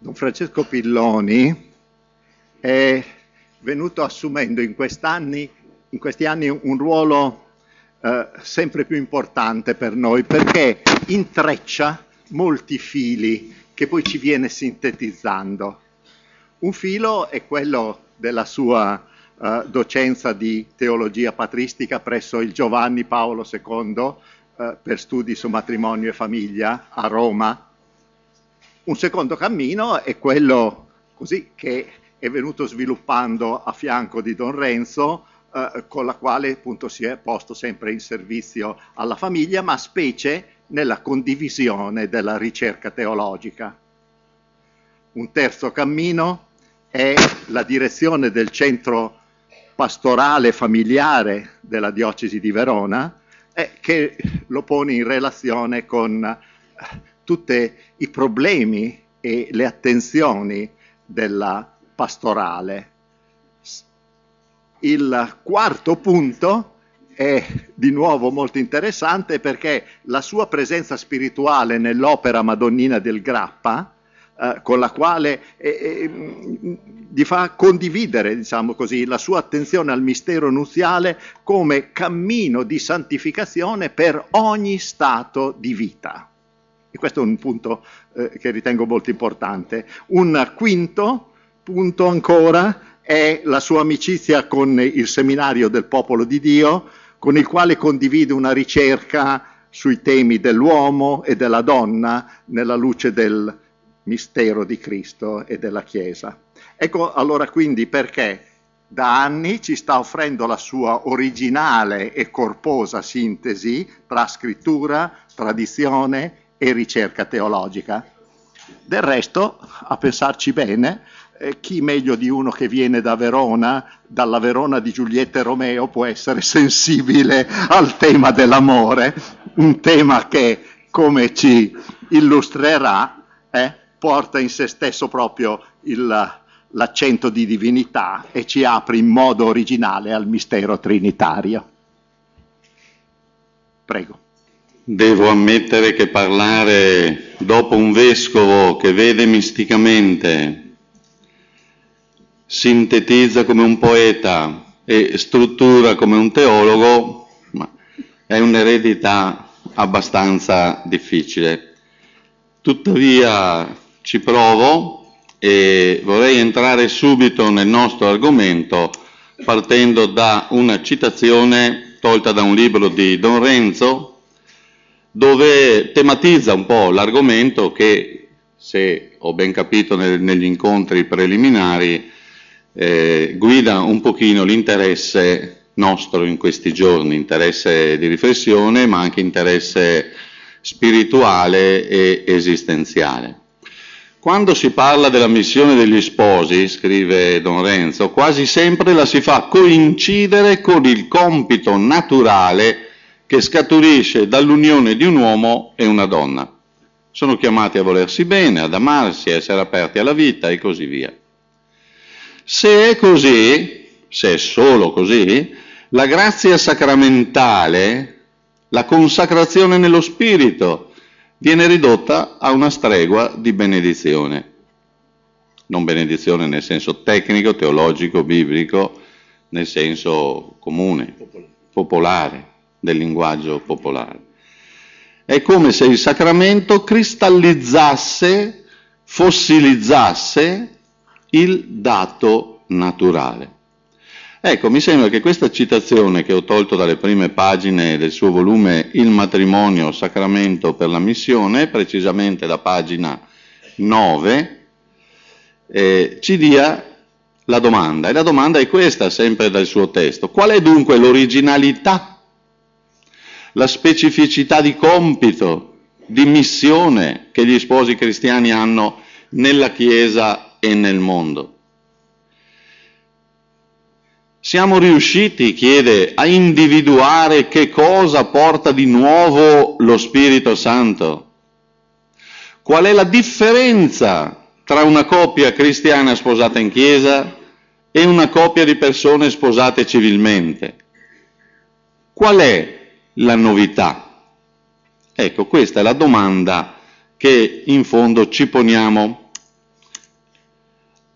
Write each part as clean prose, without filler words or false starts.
Don Francesco Pilloni è venuto assumendo in questi anni un ruolo sempre più importante per noi, perché intreccia molti fili che poi ci viene sintetizzando. Un filo è quello della sua docenza di teologia patristica presso il Giovanni Paolo II per studi su matrimonio e famiglia a Roma. Un secondo cammino è quello così che è venuto sviluppando a fianco di Don Renzo, con la quale appunto si è posto sempre in servizio alla famiglia, ma specie nella condivisione della ricerca teologica. Un terzo cammino è la direzione del centro pastorale familiare della diocesi di Verona, che lo pone in relazione con tutti i problemi e le attenzioni della pastorale. Il quarto punto è di nuovo molto interessante, perché la sua presenza spirituale nell'opera Madonnina del Grappa, con la quale gli fa condividere, diciamo così, la sua attenzione al mistero nuziale come cammino di santificazione per ogni stato di vita. E questo è un punto che ritengo molto importante. Un quinto punto ancora è la sua amicizia con il Seminario del Popolo di Dio, con il quale condivide una ricerca sui temi dell'uomo e della donna nella luce del mistero di Cristo e della Chiesa. Ecco allora quindi perché da anni ci sta offrendo la sua originale e corposa sintesi tra scrittura, tradizione e ricerca teologica. Del resto, a pensarci bene, chi meglio di uno che viene da Verona, dalla Verona di Giulietta e Romeo, può essere sensibile al tema dell'amore, un tema che, come ci illustrerà, porta in se stesso proprio l'accento di divinità e ci apre in modo originale al mistero trinitario. Prego. Devo ammettere che parlare dopo un vescovo che vede misticamente, sintetizza come un poeta e struttura come un teologo, è un'eredità abbastanza difficile. Tuttavia ci provo e vorrei entrare subito nel nostro argomento partendo da una citazione tolta da un libro di Don Renzo, dove tematizza un po' l'argomento che, se ho ben capito negli incontri preliminari, guida un pochino l'interesse nostro in questi giorni, interesse di riflessione, ma anche interesse spirituale e esistenziale. Quando si parla della missione degli sposi, scrive Don Renzo, quasi sempre la si fa coincidere con il compito naturale che scaturisce dall'unione di un uomo e una donna. Sono chiamati a volersi bene, ad amarsi, a essere aperti alla vita e così via. Se è così, se è solo così, la grazia sacramentale, la consacrazione nello spirito, viene ridotta a una stregua di benedizione. Non benedizione nel senso tecnico, teologico, biblico, nel senso comune, popolare, del linguaggio popolare. È come se il sacramento cristallizzasse, fossilizzasse il dato naturale. Ecco, mi sembra che questa citazione che ho tolto dalle prime pagine del suo volume Il matrimonio, sacramento per la missione, precisamente da pagina 9, ci dia la domanda. E la domanda è questa, sempre dal suo testo. Qual è dunque l'originalità, la specificità di compito, di missione che gli sposi cristiani hanno nella Chiesa e nel mondo? Siamo riusciti, chiede, a individuare che cosa porta di nuovo lo Spirito Santo? Qual è la differenza tra una coppia cristiana sposata in chiesa e una coppia di persone sposate civilmente? Qual è la novità? Ecco, questa è la domanda che in fondo ci poniamo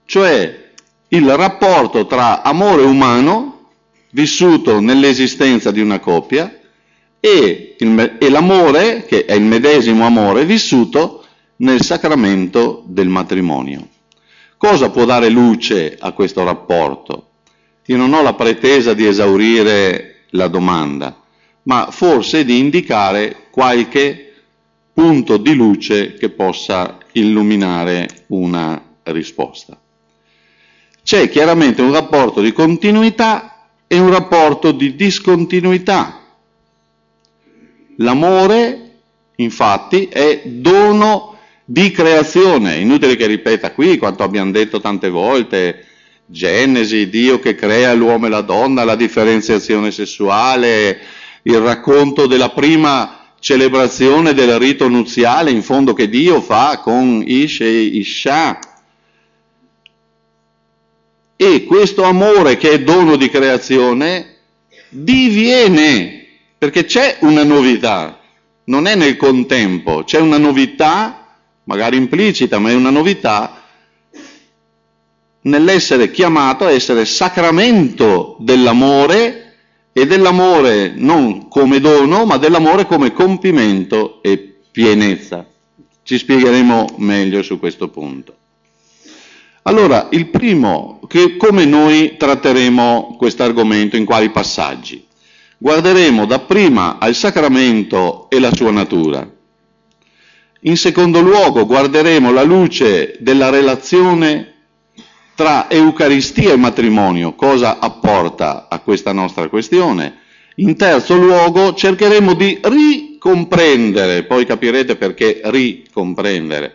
cioè il rapporto tra amore umano vissuto nell'esistenza di una coppia e l'amore, che è il medesimo amore, vissuto nel sacramento del matrimonio. Cosa può dare luce a questo rapporto? Io non ho la pretesa di esaurire la domanda, ma forse di indicare qualche punto di luce che possa illuminare una risposta. C'è chiaramente un rapporto di continuità e un rapporto di discontinuità. L'amore, infatti, è dono di creazione. Inutile che ripeta qui quanto abbiamo detto tante volte: Genesi, Dio che crea l'uomo e la donna, la differenziazione sessuale, il racconto della prima celebrazione del rito nuziale, in fondo, che Dio fa con Ish e Isha. E questo amore, che è dono di creazione, diviene, perché c'è una novità, non è nel contempo, c'è una novità, magari implicita, ma è una novità nell'essere chiamato a essere sacramento dell'amore, e dell'amore non come dono, ma dell'amore come compimento e pienezza. Ci spiegheremo meglio su questo punto. Allora, il primo, come noi tratteremo questo argomento, in quali passaggi? Guarderemo dapprima al sacramento e la sua natura. In secondo luogo guarderemo la luce della relazione tra Eucaristia e matrimonio, cosa apporta a questa nostra questione. In terzo luogo cercheremo di ricomprendere, poi capirete perché ricomprendere,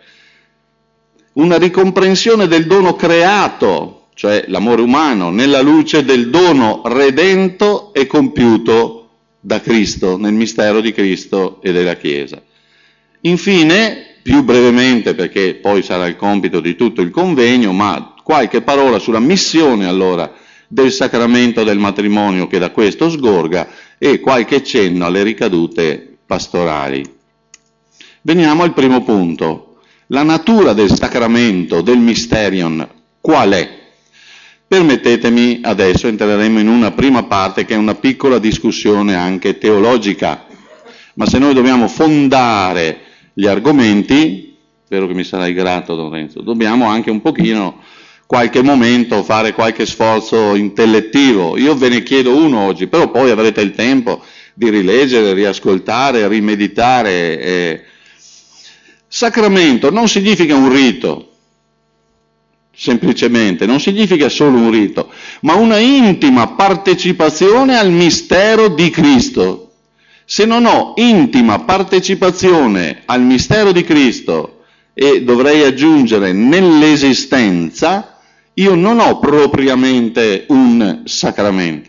una ricomprensione del dono creato, cioè l'amore umano, nella luce del dono redento e compiuto da Cristo, nel mistero di Cristo e della Chiesa. Infine, più brevemente, perché poi sarà il compito di tutto il convegno, ma qualche parola sulla missione allora del sacramento del matrimonio che da questo sgorga, e qualche cenno alle ricadute pastorali. Veniamo al primo punto. La natura del sacramento, del mysterion, qual è? Permettetemi, adesso entreremo in una prima parte che è una piccola discussione anche teologica, ma se noi dobbiamo fondare gli argomenti, spero che mi sarai grato, Don Renzo, dobbiamo anche un pochino, qualche momento, fare qualche sforzo intellettivo. Io ve ne chiedo uno oggi, però poi avrete il tempo di rileggere, riascoltare, rimeditare. Sacramento non significa un rito, semplicemente, non significa solo un rito, ma una intima partecipazione al mistero di Cristo. Se non ho intima partecipazione al mistero di Cristo, e dovrei aggiungere nell'esistenza, io non ho propriamente un sacramento.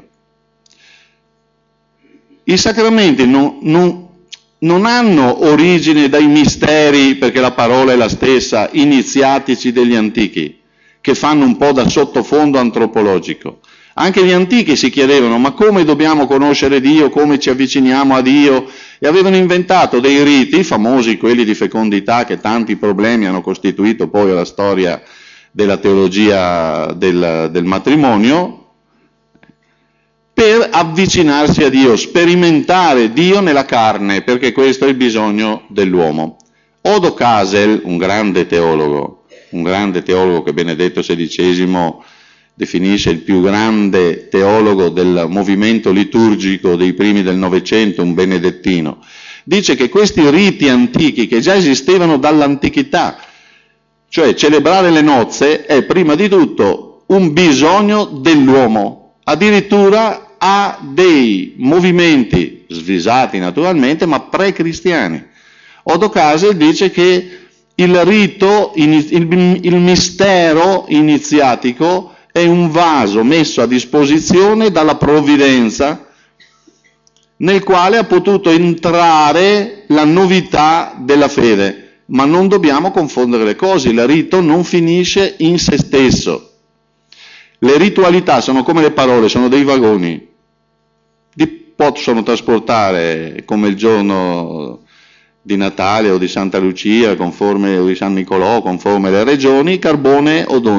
I sacramenti non hanno origine dai misteri, perché la parola è la stessa, iniziatici degli antichi, che fanno un po' da sottofondo antropologico. Anche gli antichi si chiedevano: ma come dobbiamo conoscere Dio, come ci avviciniamo a Dio? E avevano inventato dei riti, famosi quelli di fecondità, che tanti problemi hanno costituito poi la storia della teologia del matrimonio, per avvicinarsi a Dio, sperimentare Dio nella carne, perché questo è il bisogno dell'uomo. Odo Casel, un grande teologo che Benedetto XVI definisce il più grande teologo del movimento liturgico dei primi del Novecento, un benedettino, dice che questi riti antichi, che già esistevano dall'antichità, cioè celebrare le nozze, è prima di tutto un bisogno dell'uomo, addirittura ha dei movimenti svisati naturalmente, ma pre-cristiani. Odo Casel dice che il rito, il mistero iniziatico è un vaso messo a disposizione dalla provvidenza, nel quale ha potuto entrare la novità della fede. Ma non dobbiamo confondere le cose, il rito non finisce in se stesso. Le ritualità sono come le parole, sono dei vagoni, possono trasportare, come il giorno di Natale o di Santa Lucia, o di San Nicolò, conforme le regioni, carbone o doni.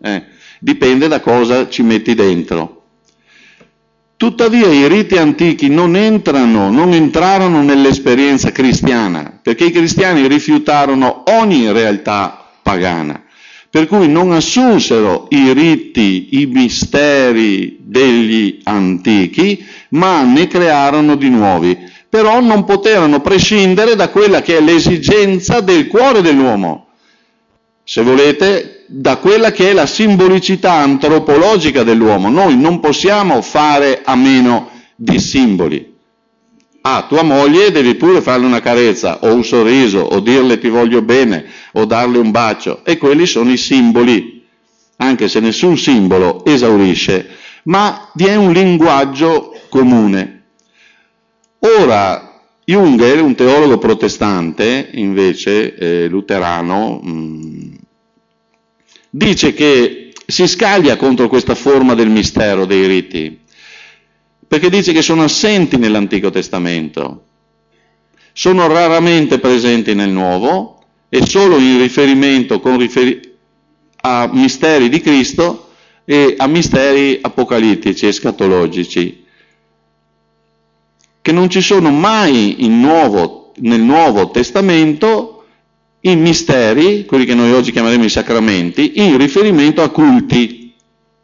Dipende da cosa ci metti dentro. Tuttavia i riti antichi non entrarono nell'esperienza cristiana, perché i cristiani rifiutarono ogni realtà pagana, per cui non assunsero i riti, i misteri degli antichi, ma ne crearono di nuovi. Però non poterono prescindere da quella che è l'esigenza del cuore dell'uomo, se volete, da quella che è la simbolicità antropologica dell'uomo. Noi non possiamo fare a meno di simboli. A tua moglie devi pure farle una carezza, o un sorriso, o dirle ti voglio bene, o darle un bacio, e quelli sono i simboli, anche se nessun simbolo esaurisce, ma vi è un linguaggio comune. Ora, Junger, un teologo protestante, invece, luterano, dice che si scaglia contro questa forma del mistero dei riti, perché dice che sono assenti nell'Antico Testamento, sono raramente presenti nel Nuovo e solo in riferimento a misteri di Cristo e a misteri apocalittici, escatologici, che non ci sono mai nel Nuovo Testamento i misteri, quelli che noi oggi chiameremo i sacramenti, in riferimento a culti.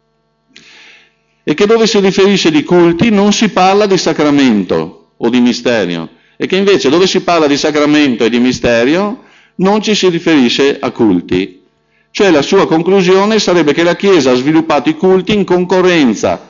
E che dove si riferisce di culti non si parla di sacramento o di misterio, e che invece dove si parla di sacramento e di misterio non ci si riferisce a culti. Cioè la sua conclusione sarebbe che la Chiesa ha sviluppato i culti in concorrenza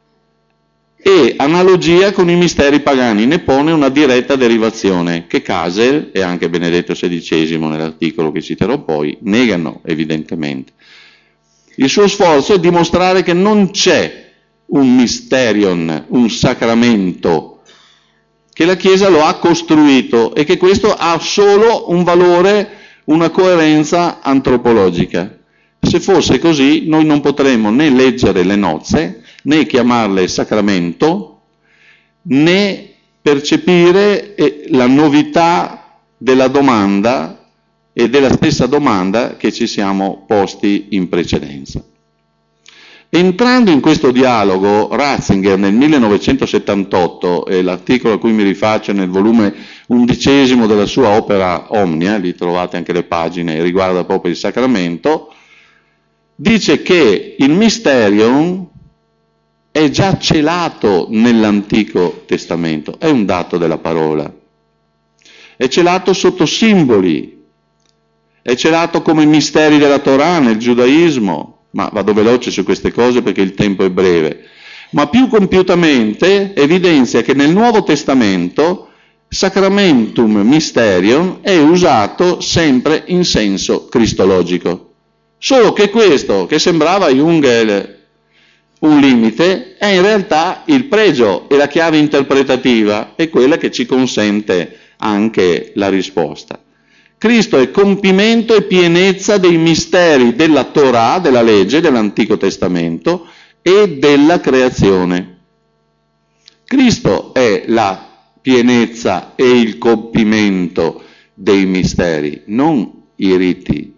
e analogia con i misteri pagani, ne pone una diretta derivazione che Casel e anche Benedetto XVI nell'articolo che citerò poi negano evidentemente. Il suo sforzo è dimostrare che non c'è un mysterion, un sacramento, che la Chiesa lo ha costruito e che questo ha solo un valore, una coerenza antropologica. Se fosse così noi non potremmo né leggere le nozze, né chiamarle sacramento, né percepire la novità della domanda e della stessa domanda che ci siamo posti in precedenza. Entrando in questo dialogo, Ratzinger nel 1978, e l'articolo a cui mi rifaccio nel volume 11 della sua opera Omnia, lì trovate anche le pagine, riguarda proprio il sacramento, dice che il mysterium è già celato nell'Antico Testamento, è un dato della parola, è celato sotto simboli, è celato come misteri della Torah nel giudaismo, ma vado veloce su queste cose perché il tempo è breve, ma più compiutamente evidenzia che nel Nuovo Testamento sacramentum mysterium è usato sempre in senso cristologico, solo che questo, che sembrava a Junger un limite, è in realtà il pregio e la chiave interpretativa, è quella che ci consente anche la risposta. Cristo è compimento e pienezza dei misteri della Torah, della legge, dell'Antico Testamento e della creazione. Cristo è la pienezza e il compimento dei misteri, non i riti.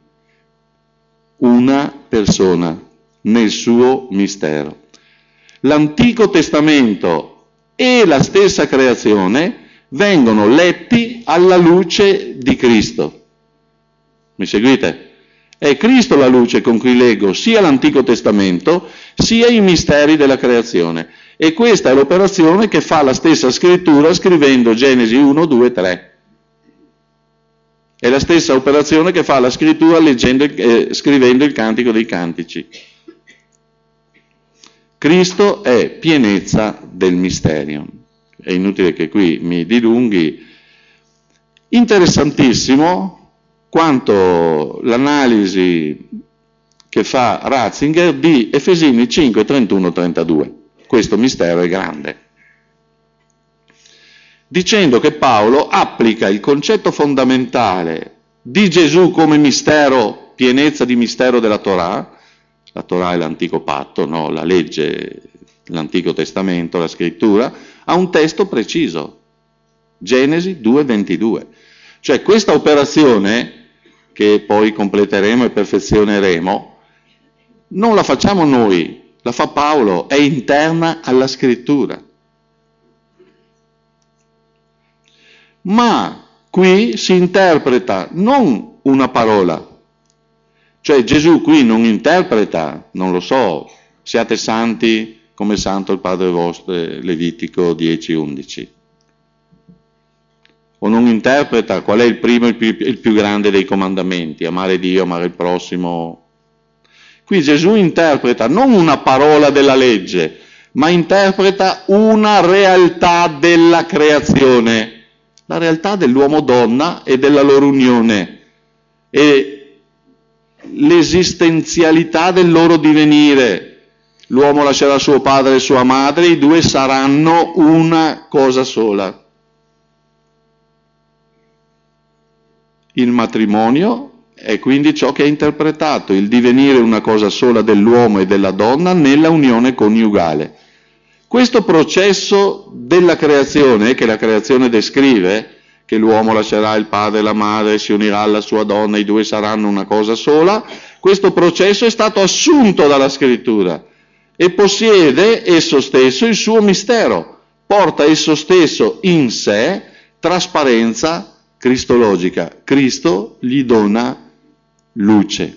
Una persona nel suo mistero. L'Antico Testamento e la stessa creazione vengono letti alla luce di Cristo. Mi seguite? È Cristo la luce con cui leggo sia l'Antico Testamento sia i misteri della creazione. E questa è l'operazione che fa la stessa scrittura scrivendo Genesi 1, 2, 3. È la stessa operazione che fa la scrittura scrivendo il Cantico dei Cantici. Cristo è pienezza del misterio. È inutile che qui mi dilunghi. Interessantissimo quanto l'analisi che fa Ratzinger di Efesini 5, 31, 32. Questo mistero è grande. Dicendo che Paolo applica il concetto fondamentale di Gesù come mistero, pienezza di mistero della Torah. La Torah è l'antico patto, no? La legge, l'Antico Testamento, la scrittura, a un testo preciso, Genesi 2,22. Cioè questa operazione, che poi completeremo e perfezioneremo, non la facciamo noi, la fa Paolo, è interna alla scrittura. Ma qui si interpreta non una parola, cioè Gesù qui non interpreta, non lo so, siate santi come santo il Padre vostro, Levitico 10:11. O non interpreta qual è il primo e il più grande dei comandamenti, amare Dio, amare il prossimo. Qui Gesù interpreta non una parola della legge, ma interpreta una realtà della creazione, la realtà dell'uomo-donna e della loro unione, e l'esistenzialità del loro divenire. L'uomo lascerà suo padre e sua madre, i due saranno una cosa sola. Il matrimonio è quindi ciò che è interpretato, il divenire una cosa sola dell'uomo e della donna nella unione coniugale. Questo processo della creazione, che la creazione descrive, che l'uomo lascerà il padre e la madre, si unirà alla sua donna, i due saranno una cosa sola, questo processo è stato assunto dalla scrittura e possiede esso stesso il suo mistero, porta esso stesso in sé trasparenza cristologica. Cristo gli dona luce.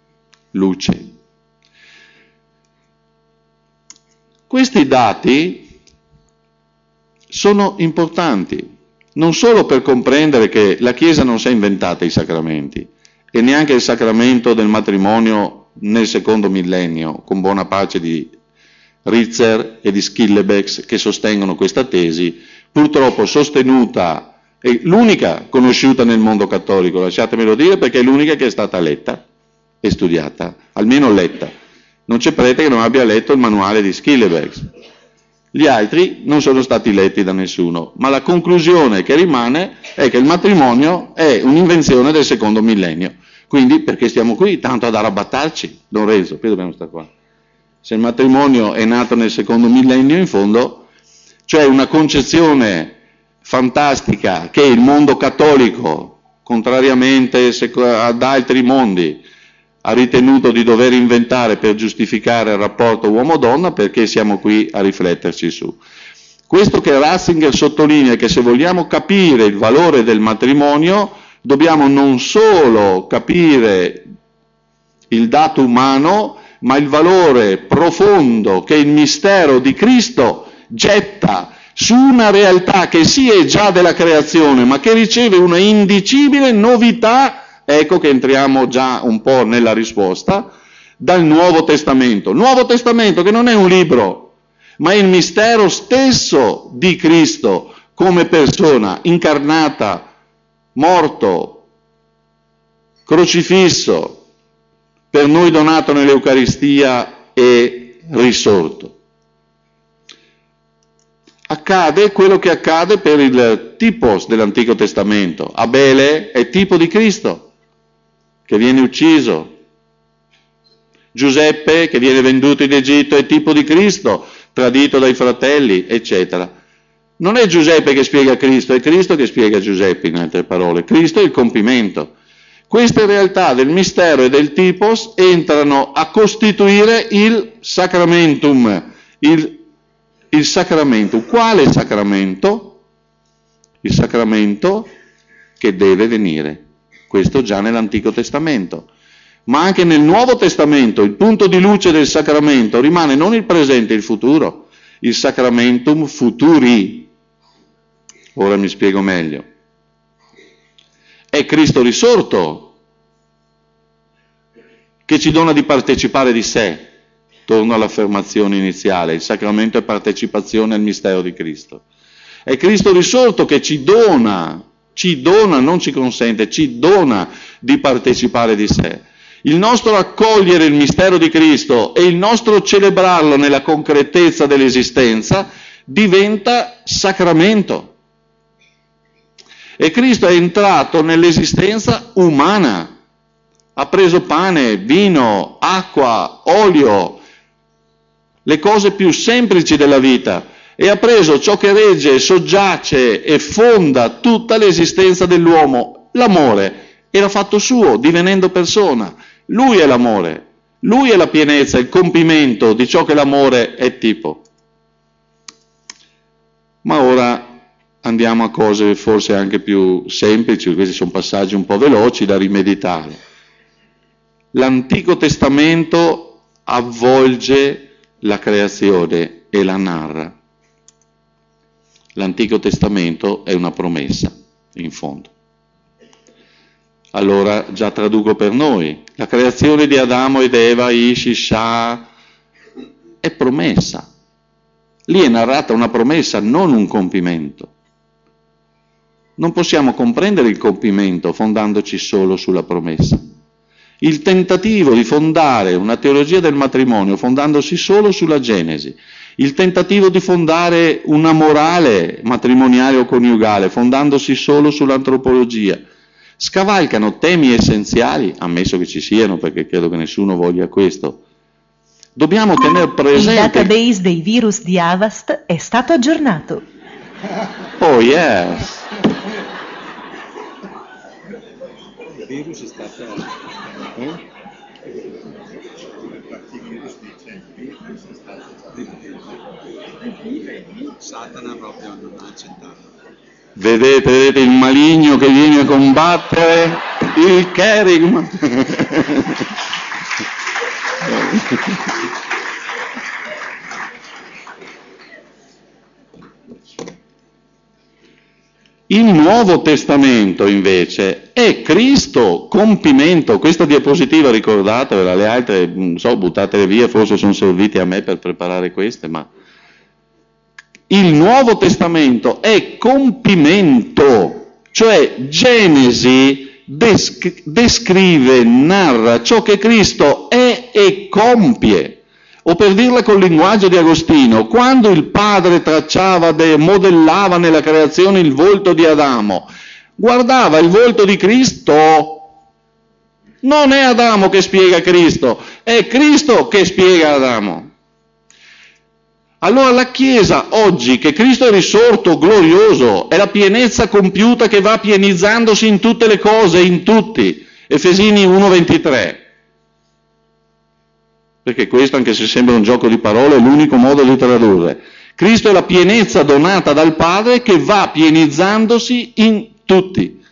Questi dati sono importanti, non solo per comprendere che la Chiesa non si è inventata i sacramenti, e neanche il sacramento del matrimonio nel secondo millennio, con buona pace di Ritzer e di Schillebeck che sostengono questa tesi, purtroppo sostenuta, è l'unica conosciuta nel mondo cattolico, lasciatemelo dire, perché è l'unica che è stata letta e studiata, almeno letta. Non c'è prete che non abbia letto il manuale di Schillebeck. Gli altri non sono stati letti da nessuno, ma la conclusione che rimane è che il matrimonio è un'invenzione del secondo millennio. Quindi perché stiamo qui? Tanto ad arrabattarci, Don Renzo, qui dobbiamo stare qua. Se il matrimonio è nato nel secondo millennio, in fondo, cioè una concezione fantastica che il mondo cattolico, contrariamente ad altri mondi, ha ritenuto di dover inventare per giustificare il rapporto uomo-donna, perché siamo qui a rifletterci su. Questo che Ratzinger sottolinea è che se vogliamo capire il valore del matrimonio, dobbiamo non solo capire il dato umano, ma il valore profondo che il mistero di Cristo getta su una realtà che sì è già della creazione, ma che riceve una indicibile novità, ecco che entriamo già un po' nella risposta, dal Nuovo Testamento. Nuovo Testamento che non è un libro, ma è il mistero stesso di Cristo come persona incarnata, morto, crocifisso, per noi donato nell'Eucaristia e risorto. Accade quello che accade per il tipos dell'Antico Testamento. Abele è tipo di Cristo, che viene ucciso. Giuseppe, che viene venduto in Egitto, è tipo di Cristo, tradito dai fratelli, eccetera. Non è Giuseppe che spiega Cristo, è Cristo che spiega Giuseppe, in altre parole. Cristo è il compimento. Queste realtà del mistero e del tipos entrano a costituire il sacramentum. Il sacramento. Quale sacramento? Il sacramento che deve venire. Questo già nell'Antico Testamento. Ma anche nel Nuovo Testamento il punto di luce del sacramento rimane non il presente e il futuro, il sacramentum futuri. Ora mi spiego meglio. È Cristo risorto che ci dona di partecipare di sé. Torno all'affermazione iniziale, il sacramento è partecipazione al mistero di Cristo. È Cristo risorto che ci dona, non ci consente, ci dona di partecipare di sé. Il nostro accogliere il mistero di Cristo e il nostro celebrarlo nella concretezza dell'esistenza diventa sacramento. E Cristo è entrato nell'esistenza umana, ha preso pane, vino, acqua, olio, le cose più semplici della vita, e ha preso ciò che regge, soggiace e fonda tutta l'esistenza dell'uomo, l'amore, e l'ha fatto suo, divenendo persona. Lui è l'amore, Lui è la pienezza, il compimento di ciò che l'amore è tipo. Ma ora andiamo a cose forse anche più semplici, questi sono passaggi un po' veloci da rimeditare. L'Antico Testamento avvolge la creazione e la narra. L'Antico Testamento è una promessa, in fondo. Allora già traduco per noi. La creazione di Adamo ed Eva, Ish, Isha, è promessa. Lì è narrata una promessa, non un compimento. Non possiamo comprendere il compimento fondandoci solo sulla promessa. Il tentativo di fondare una teologia del matrimonio fondandosi solo sulla Genesi, il tentativo di fondare una morale matrimoniale o coniugale fondandosi solo sull'antropologia, scavalcano temi essenziali, ammesso che ci siano, perché credo che nessuno voglia questo. Dobbiamo tenere presente... Il database dei virus di Avast è stato aggiornato. Oh yes! Il virus è stato... Satana proprio non ha accettato. Vedete il maligno che viene a combattere il kerigma. Il Nuovo Testamento invece è Cristo compimento. Questa diapositiva ricordatevela, le altre non so, buttatele via, forse sono servite a me per preparare queste, ma il Nuovo Testamento è compimento, cioè Genesi descrive, narra ciò che Cristo è e compie. O per dirla col linguaggio di Agostino, quando il Padre tracciava, modellava nella creazione il volto di Adamo, guardava il volto di Cristo. Non è Adamo che spiega Cristo, è Cristo che spiega Adamo. Allora la Chiesa oggi, che Cristo è risorto glorioso, è la pienezza compiuta che va pienizzandosi in tutte le cose, in tutti. Efesini 1,23. Perché questo, anche se sembra un gioco di parole, è l'unico modo di tradurre. Cristo è la pienezza donata dal Padre che va pienizzandosi in tutti.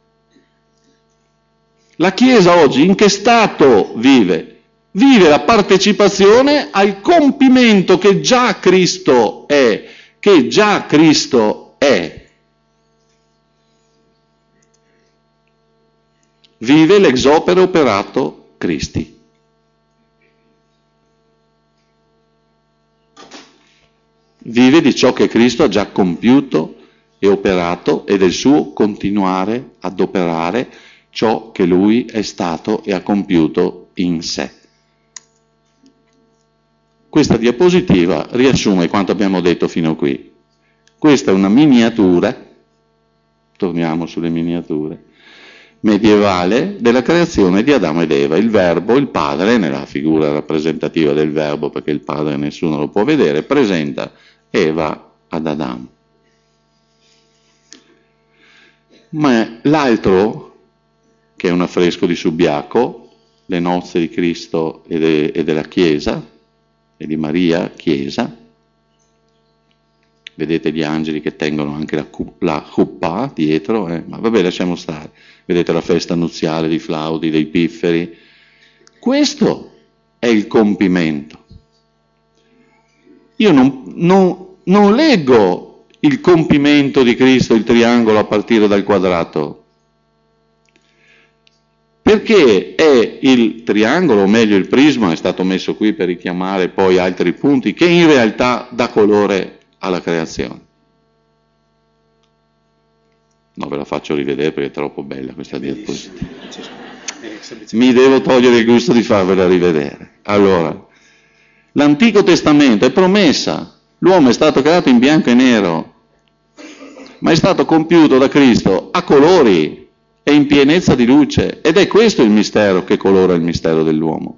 La Chiesa oggi in che stato vive? Vive la partecipazione al compimento che già Cristo è, che già Cristo è. Vive l'ex opere operato Christi. Vive di ciò che Cristo ha già compiuto e operato e del suo continuare ad operare ciò che Lui è stato e ha compiuto in sé. Questa diapositiva riassume quanto abbiamo detto fino a qui. Questa è una miniatura, torniamo sulle miniature, medievale della creazione di Adamo ed Eva. Il Verbo, il Padre, nella figura rappresentativa del Verbo, perché il Padre nessuno lo può vedere, presenta Eva ad Adamo. Ma l'altro, che è un affresco di Subiaco, le nozze di Cristo e della Chiesa, e di Maria, Chiesa, vedete gli angeli che tengono anche la chuppah dietro, ma vabbè, lasciamo stare. Vedete la festa nuziale di flauti, dei pifferi. Questo è il compimento. Io non leggo il compimento di Cristo, il triangolo, a partire dal quadrato, perché è il triangolo, o meglio il prisma, è stato messo qui per richiamare poi altri punti, che in realtà dà colore alla creazione. No, ve la faccio rivedere perché è troppo bella questa diapositiva. Mi devo togliere il gusto di farvela rivedere. Allora, l'Antico Testamento è promessa. L'uomo è stato creato in bianco e nero, ma è stato compiuto da Cristo a colori e in pienezza di luce. Ed è questo il mistero che colora il mistero dell'uomo.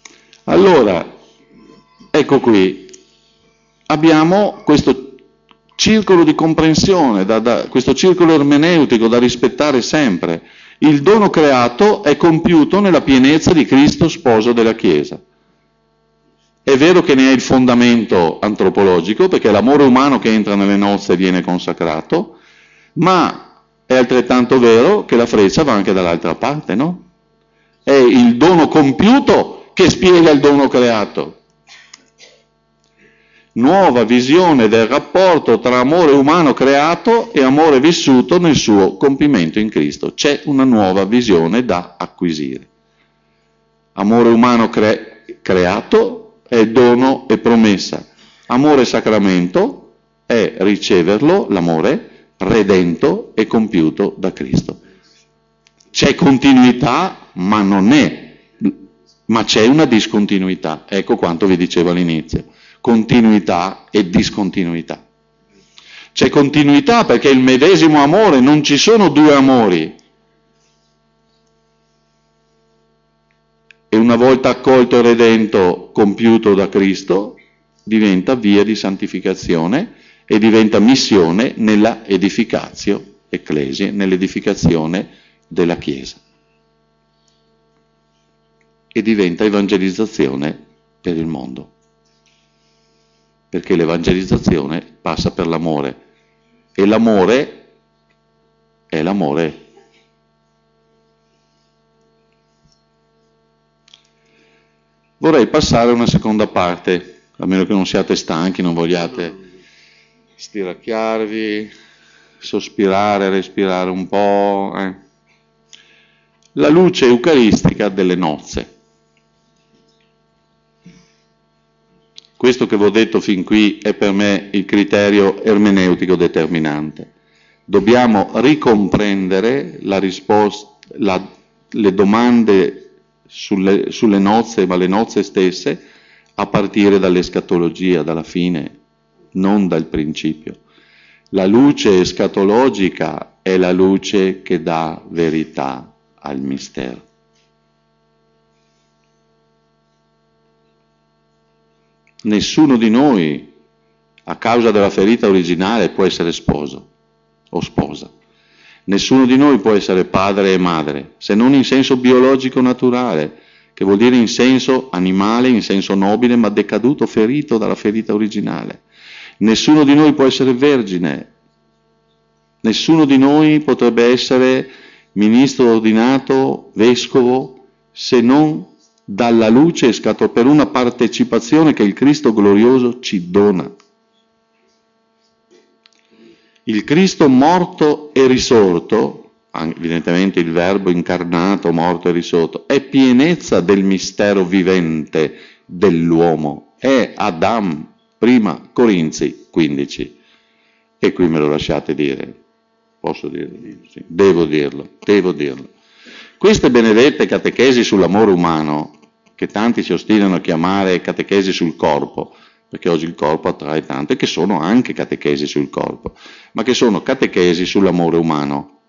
Allora, ecco qui, abbiamo questo circolo di comprensione, questo circolo ermeneutico da rispettare sempre. Il dono creato è compiuto nella pienezza di Cristo, sposo della Chiesa. È vero che ne è il fondamento antropologico, perché è l'amore umano che entra nelle nozze e viene consacrato, ma è altrettanto vero che la freccia va anche dall'altra parte, no? È il dono compiuto che spiega il dono creato. Nuova visione del rapporto tra amore umano creato e amore vissuto nel suo compimento in Cristo. C'è una nuova visione da acquisire. Amore umano creato è dono e promessa. Amore sacramento è riceverlo, l'amore, redento e compiuto da Cristo. C'è continuità, ma c'è una discontinuità. Ecco quanto vi dicevo all'inizio. Continuità e discontinuità. C'è continuità perché il medesimo amore, non ci sono due amori. E una volta accolto e redento, compiuto da Cristo, diventa via di santificazione e diventa missione nella edificatio ecclesie, nell'edificazione della Chiesa. E diventa evangelizzazione per il mondo. Perché l'evangelizzazione passa per l'amore e l'amore è l'amore. Vorrei passare a una seconda parte, a meno che non siate stanchi, non vogliate stiracchiarvi, sospirare, respirare un po'. La luce eucaristica delle nozze. Questo che vi ho detto fin qui è per me il criterio ermeneutico determinante. Dobbiamo ricomprendere la risposta, le domande sulle nozze, ma le nozze stesse, a partire dall'escatologia, dalla fine, non dal principio. La luce escatologica è la luce che dà verità al mistero. Nessuno di noi, a causa della ferita originale, può essere sposo o sposa. Nessuno di noi può essere padre e madre, se non in senso biologico naturale, che vuol dire in senso animale, in senso nobile, ma decaduto, ferito dalla ferita originale. Nessuno di noi può essere vergine. Nessuno di noi potrebbe essere ministro ordinato, vescovo, se non dalla luce per una partecipazione che il Cristo glorioso ci dona. Il Cristo morto e risorto, evidentemente il Verbo incarnato, morto e risorto, è pienezza del mistero vivente dell'uomo. È Adam, prima Corinzi 15. E qui me lo lasciate dire. Posso dirlo? Sì. Devo dirlo. Queste benedette catechesi sull'amore umano, che tanti si ostinano a chiamare catechesi sul corpo, perché oggi il corpo attrae tanto, e che sono anche catechesi sul corpo, ma che sono catechesi sull'amore umano.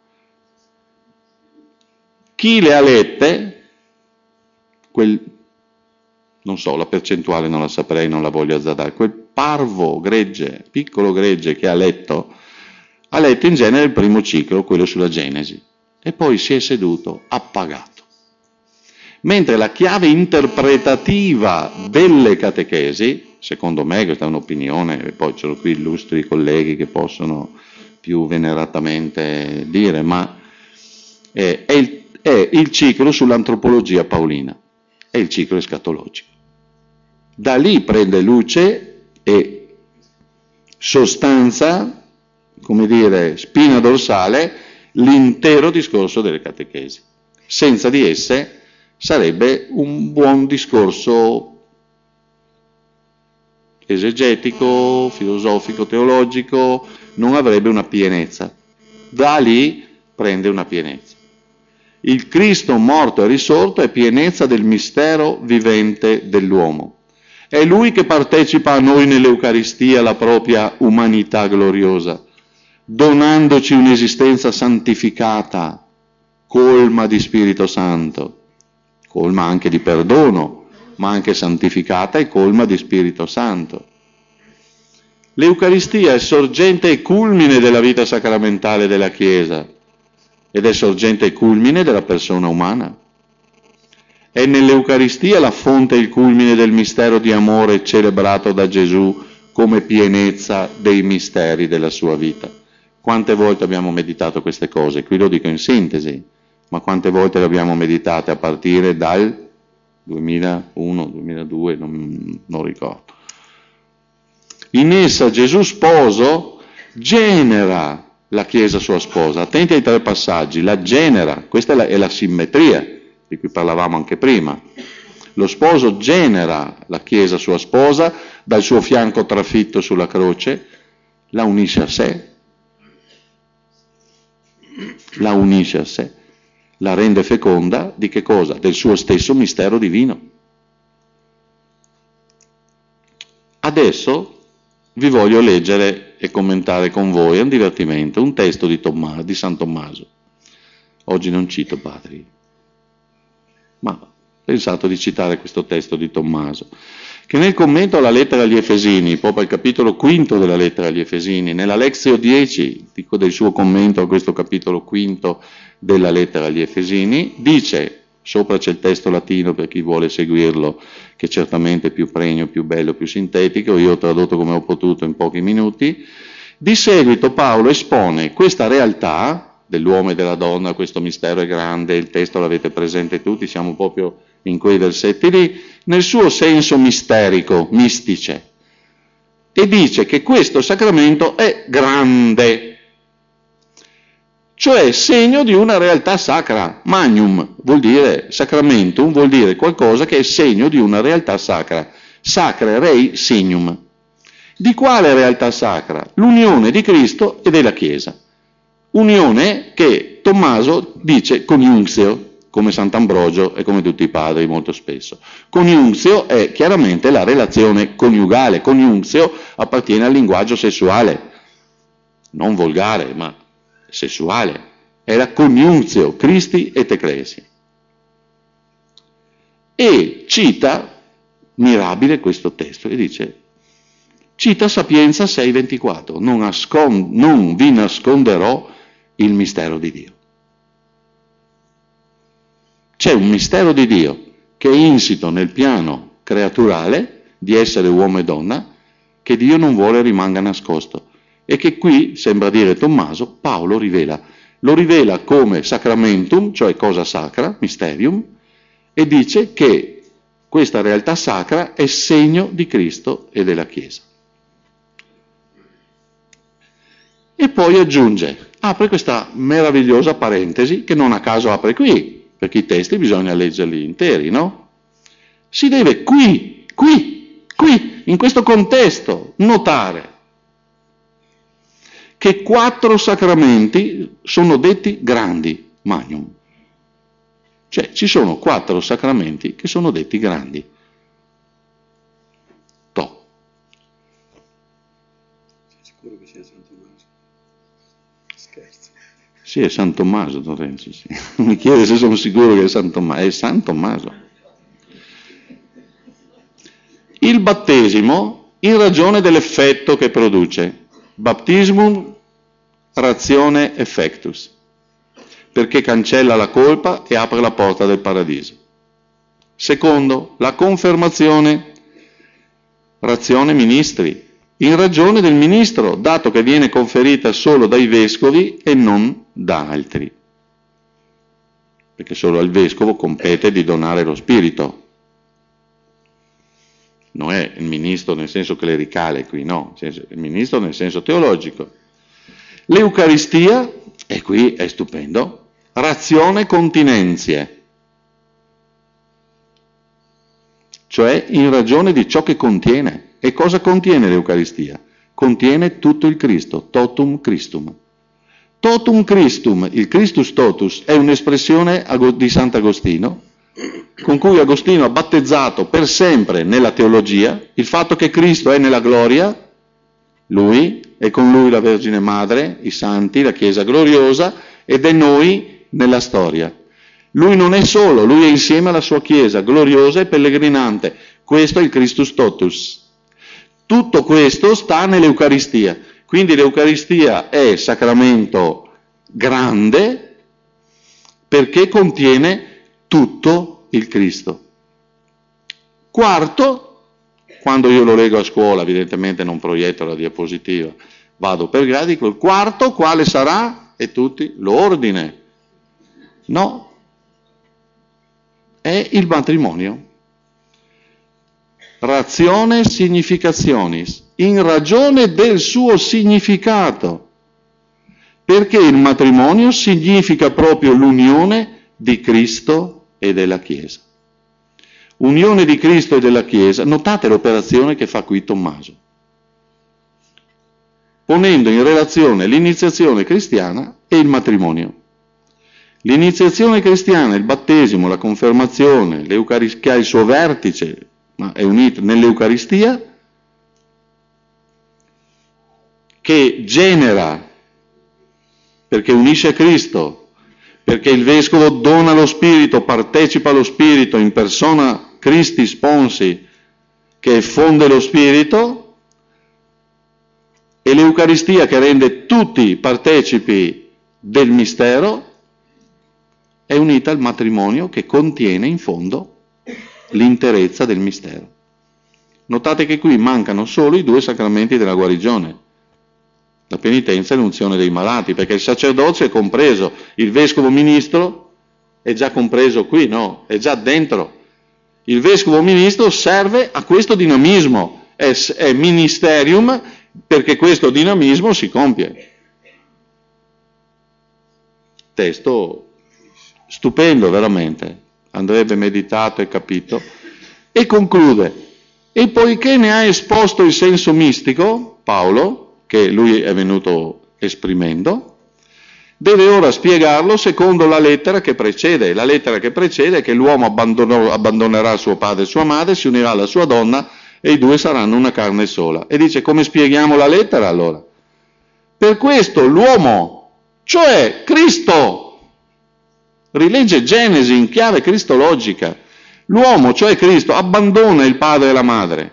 Chi le ha lette, non so, la percentuale non la saprei, non la voglio azzardare, quel parvo gregge, piccolo gregge che ha letto in genere il primo ciclo, quello sulla Genesi, e poi si è seduto appagato. Mentre la chiave interpretativa delle catechesi, secondo me, questa è un'opinione, e poi ce l'ho qui illustri colleghi che possono più veneratamente dire, ma è il ciclo sull'antropologia paolina, è il ciclo escatologico. Da lì prende luce e sostanza, come dire, spina dorsale, l'intero discorso delle catechesi. Senza di esse sarebbe un buon discorso esegetico, filosofico, teologico, non avrebbe una pienezza. Da lì prende una pienezza. Il Cristo morto e risorto è pienezza del mistero vivente dell'uomo. È Lui che partecipa a noi nell'Eucaristia la propria umanità gloriosa, donandoci un'esistenza santificata, colma di Spirito Santo, colma anche di perdono, ma anche santificata e colma di Spirito Santo. L'Eucaristia è sorgente e culmine della vita sacramentale della Chiesa ed è sorgente e culmine della persona umana. È nell'Eucaristia la fonte e il culmine del mistero di amore celebrato da Gesù come pienezza dei misteri della sua vita. Quante volte abbiamo meditato queste cose? Qui lo dico in sintesi, ma quante volte le abbiamo meditate a partire dal 2001, 2002, non ricordo. In essa Gesù sposo genera la Chiesa sua sposa. Attenti ai tre passaggi, la genera, questa è la simmetria di cui parlavamo anche prima. Lo sposo genera la Chiesa sua sposa, dal suo fianco trafitto sulla croce, la unisce a sé, la rende feconda di che cosa? Del suo stesso mistero divino. Adesso vi voglio leggere e commentare con voi, è un divertimento, un testo di San Tommaso. Oggi non cito padri, ma ho pensato di citare questo testo di Tommaso, che nel commento alla lettera agli Efesini, proprio al capitolo quinto della lettera agli Efesini, nella Lexio 10, dico del suo commento a questo capitolo quinto della lettera agli Efesini, dice, sopra c'è il testo latino per chi vuole seguirlo, che certamente è più pregno, più bello, più sintetico, io ho tradotto come ho potuto in pochi minuti. Di seguito Paolo espone questa realtà dell'uomo e della donna, questo mistero è grande, il testo l'avete presente tutti, siamo proprio in quei versetti lì, nel suo senso misterico, mistice, e dice che questo sacramento è grande, cioè segno di una realtà sacra. Magnum vuol dire, sacramentum vuol dire qualcosa che è segno di una realtà sacra. Sacra rei signum. Di quale realtà sacra? L'unione di Cristo e della Chiesa. Unione che Tommaso dice coniunzio, come Sant'Ambrogio e come tutti i padri molto spesso. Coniunzio è chiaramente la relazione coniugale. Coniunzio appartiene al linguaggio sessuale, non volgare, ma sessuale, è la coniunzio, Christi et Ecclesia. E cita, mirabile questo testo, e dice, cita Sapienza 6,24, non vi nasconderò il mistero di Dio. C'è un mistero di Dio che è insito nel piano creaturale di essere uomo e donna, che Dio non vuole rimanga nascosto. E che qui, sembra dire Tommaso, Paolo rivela. Lo rivela come sacramentum, cioè cosa sacra, mysterium, e dice che questa realtà sacra è segno di Cristo e della Chiesa. E poi aggiunge, apre questa meravigliosa parentesi, che non a caso apre qui, perché i testi bisogna leggerli interi, no? Si deve qui, in questo contesto, notare che 4 sacramenti sono detti grandi, magnum. Cioè ci sono 4 sacramenti che sono detti grandi. To. Sei sicuro che sia San Tommaso? Scherzo. Sì, è San Tommaso, Don Renzo, sì. Mi chiede se sono sicuro che è San Tommaso. È San Tommaso. Il battesimo in ragione dell'effetto che produce. Baptismum ratione effectus, perché cancella la colpa e apre la porta del paradiso. Secondo, la confermazione, ratione ministri, in ragione del ministro, dato che viene conferita solo dai vescovi e non da altri, perché solo al vescovo compete di donare lo spirito. Non è il ministro nel senso clericale qui, no, il ministro nel senso teologico. L'Eucaristia, e qui è stupendo, ratione continenzie, cioè in ragione di ciò che contiene. E cosa contiene l'Eucaristia? Contiene tutto il Cristo, totum Christum. Totum Christum, il Christus totus, è un'espressione di Sant'Agostino, con cui Agostino ha battezzato per sempre nella teologia il fatto che Cristo è nella gloria, lui, e con lui la Vergine Madre, i santi, la Chiesa gloriosa, ed è noi nella storia. Lui non è solo, lui è insieme alla sua Chiesa, gloriosa e pellegrinante. Questo è il Christus totus. Tutto questo sta nell'Eucaristia. Quindi l'Eucaristia è sacramento grande perché contiene tutto il Cristo. Quarto, quando io lo leggo a scuola, evidentemente non proietto la diapositiva, vado per gradi, il quarto quale sarà? E tutti, l'ordine. No, è il matrimonio. Ratione significationis, in ragione del suo significato, perché il matrimonio significa proprio l'unione di Cristo e della Chiesa. Unione di Cristo e della Chiesa, notate l'operazione che fa qui Tommaso, ponendo in relazione l'iniziazione cristiana e il matrimonio. L'iniziazione cristiana, il battesimo, la confermazione, che ha il suo vertice, ma è unito nell'Eucaristia, che genera, perché unisce a Cristo, perché il Vescovo dona lo Spirito, partecipa allo Spirito in persona Christi Sponsi, che fonde lo Spirito, e l'Eucaristia che rende tutti partecipi del mistero, è unita al matrimonio che contiene in fondo l'interezza del mistero. Notate che qui mancano solo i due sacramenti della guarigione, la penitenza e l'unzione dei malati, perché il sacerdozio è compreso, il vescovo ministro è già compreso qui, no? È già dentro. Il vescovo ministro serve a questo dinamismo, è ministerium perché questo dinamismo si compie. Testo stupendo veramente, andrebbe meditato e capito, e conclude: e poiché ne ha esposto il senso mistico, Paolo, che lui è venuto esprimendo, deve ora spiegarlo secondo la lettera che precede. La lettera che precede è che l'uomo abbandonerà suo padre e sua madre, si unirà alla sua donna e i due saranno una carne sola. E dice: come spieghiamo la lettera allora? Per questo l'uomo, cioè Cristo, rilegge Genesi in chiave cristologica, l'uomo, cioè Cristo, abbandona il padre e la madre.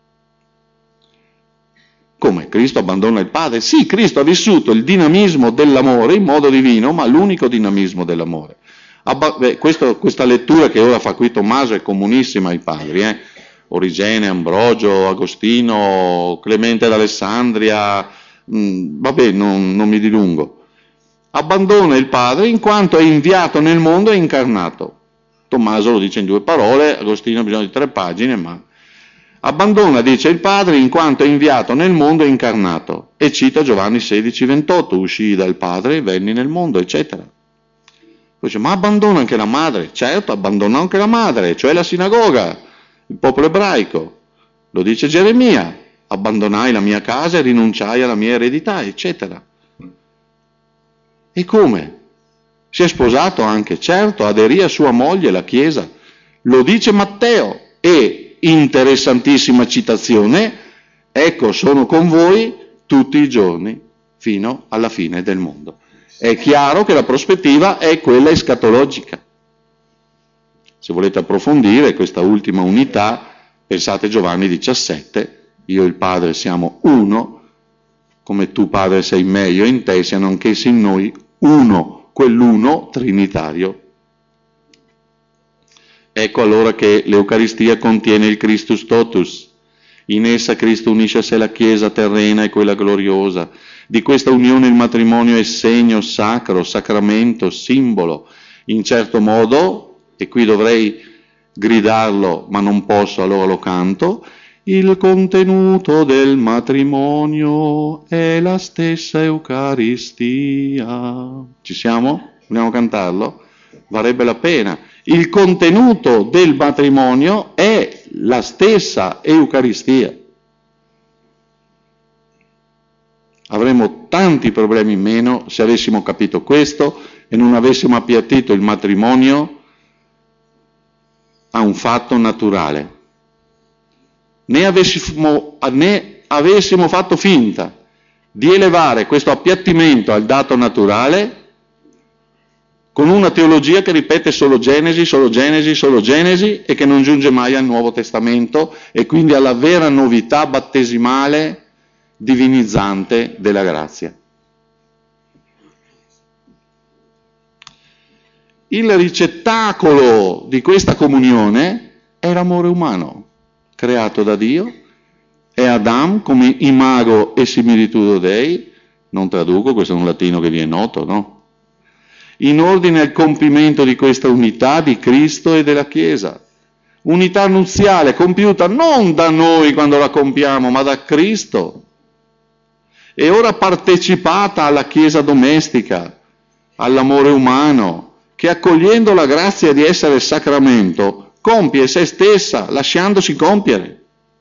Come? Cristo abbandona il padre? Sì, Cristo ha vissuto il dinamismo dell'amore in modo divino, ma l'unico dinamismo dell'amore. Questa lettura che ora fa qui Tommaso è comunissima ai padri, Origene, Ambrogio, Agostino, Clemente d'Alessandria, vabbè, non mi dilungo. Abbandona il padre in quanto è inviato nel mondo e incarnato. Tommaso lo dice in 2 parole, Agostino ha bisogno di 3 pagine, ma abbandona, dice, il padre in quanto è inviato nel mondo e incarnato, e cita Giovanni 16:28, uscii dal padre e venni nel mondo, eccetera. Poi dice: ma abbandona anche la madre? Certo, abbandona anche la madre, cioè la sinagoga, il popolo ebraico. Lo dice Geremia: abbandonai la mia casa e rinunciai alla mia eredità, eccetera. E come? Si è sposato anche, certo, aderì a sua moglie, la Chiesa. Lo dice Matteo. E, interessantissima citazione, ecco, sono con voi tutti i giorni fino alla fine del mondo. È chiaro che la prospettiva è quella escatologica. Se volete approfondire questa ultima unità, pensate Giovanni 17, io e il Padre siamo uno, come tu Padre sei in me, io in te, siano anch'essi in noi uno, quell'uno trinitario. Ecco allora che l'Eucaristia contiene il Christus totus. In essa Cristo unisce a sé la Chiesa terrena e quella gloriosa. Di questa unione il matrimonio è segno sacro, sacramento, simbolo. In certo modo, e qui dovrei gridarlo ma non posso, allora lo canto, il contenuto del matrimonio è la stessa Eucaristia. Ci siamo? Vogliamo cantarlo? Varrebbe la pena. Il contenuto del matrimonio è la stessa Eucaristia. Avremmo tanti problemi in meno se avessimo capito questo e non avessimo appiattito il matrimonio a un fatto naturale. Ne avessimo fatto finta di elevare questo appiattimento al dato naturale, con una teologia che ripete solo Genesi, solo Genesi, solo Genesi e che non giunge mai al Nuovo Testamento e quindi alla vera novità battesimale divinizzante della grazia. Il ricettacolo di questa comunione è l'amore umano, creato da Dio, è Adam come imago e similitudo Dei, non traduco, questo è un latino che vi è noto, no? In ordine al compimento di questa unità di Cristo e della Chiesa. Unità nuziale compiuta non da noi quando la compiamo, ma da Cristo. E ora partecipata alla Chiesa domestica, all'amore umano, che accogliendo la grazia di essere sacramento, compie se stessa, lasciandosi compiere.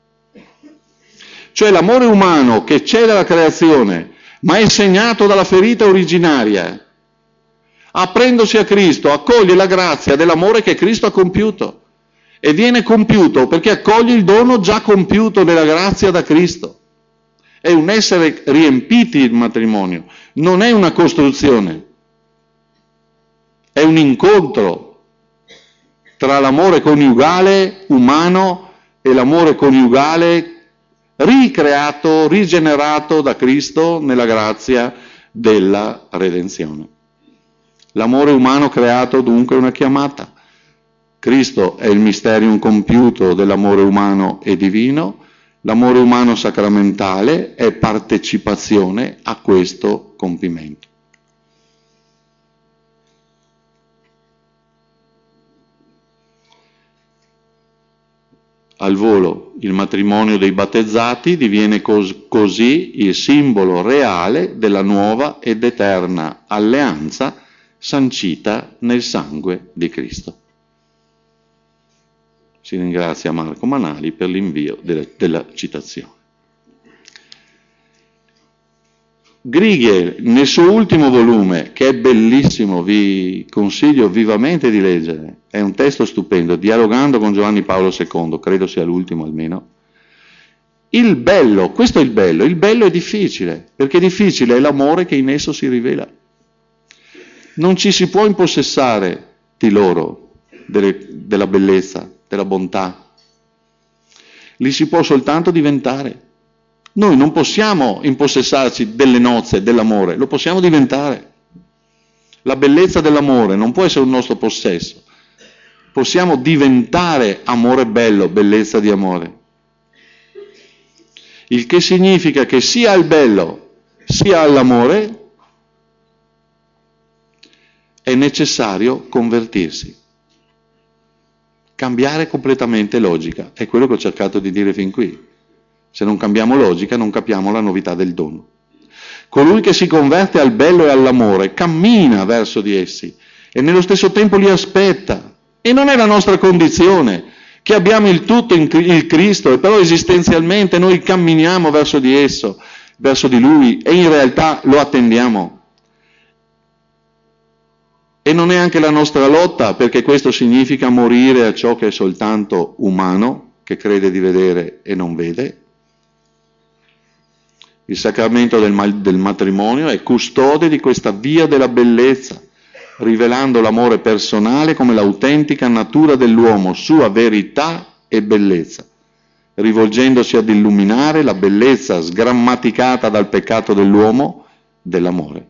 Cioè l'amore umano che c'è dalla creazione, ma è segnato dalla ferita originaria, aprendosi a Cristo, accoglie la grazia dell'amore che Cristo ha compiuto e viene compiuto perché accoglie il dono già compiuto della grazia da Cristo. È un essere riempiti il matrimonio, non è una costruzione, è un incontro tra l'amore coniugale umano e l'amore coniugale ricreato, rigenerato da Cristo nella grazia della redenzione. L'amore umano creato dunque è una chiamata. Cristo è il mysterium compiuto dell'amore umano e divino, l'amore umano sacramentale è partecipazione a questo compimento. Al volo, il matrimonio dei battezzati diviene così il simbolo reale della nuova ed eterna alleanza sancita nel sangue di Cristo. Si ringrazia Marco Manali per l'invio della citazione. Grighier, nel suo ultimo volume, che è bellissimo, vi consiglio vivamente di leggere, è un testo stupendo, dialogando con Giovanni Paolo II, credo sia l'ultimo almeno. Il bello, questo è il bello è difficile, perché difficile è l'amore che in esso si rivela. Non ci si può impossessare di loro, della bellezza, della bontà. Li si può soltanto diventare. Noi non possiamo impossessarci delle nozze, dell'amore, lo possiamo diventare. La bellezza dell'amore non può essere un nostro possesso. Possiamo diventare amore bello, bellezza di amore. Il che significa che sia al bello sia all'amore è necessario convertirsi, cambiare completamente logica. È quello che ho cercato di dire fin qui. Se non cambiamo logica non capiamo la novità del dono. Colui che si converte al bello e all'amore cammina verso di essi e nello stesso tempo li aspetta. E non è la nostra condizione, che abbiamo il tutto in il Cristo, e però esistenzialmente noi camminiamo verso di esso, verso di Lui, e in realtà lo attendiamo. E non è anche la nostra lotta, perché questo significa morire a ciò che è soltanto umano, che crede di vedere e non vede. Il sacramento del matrimonio è custode di questa via della bellezza, rivelando l'amore personale come l'autentica natura dell'uomo, sua verità e bellezza, rivolgendosi ad illuminare la bellezza sgrammaticata dal peccato dell'uomo dell'amore,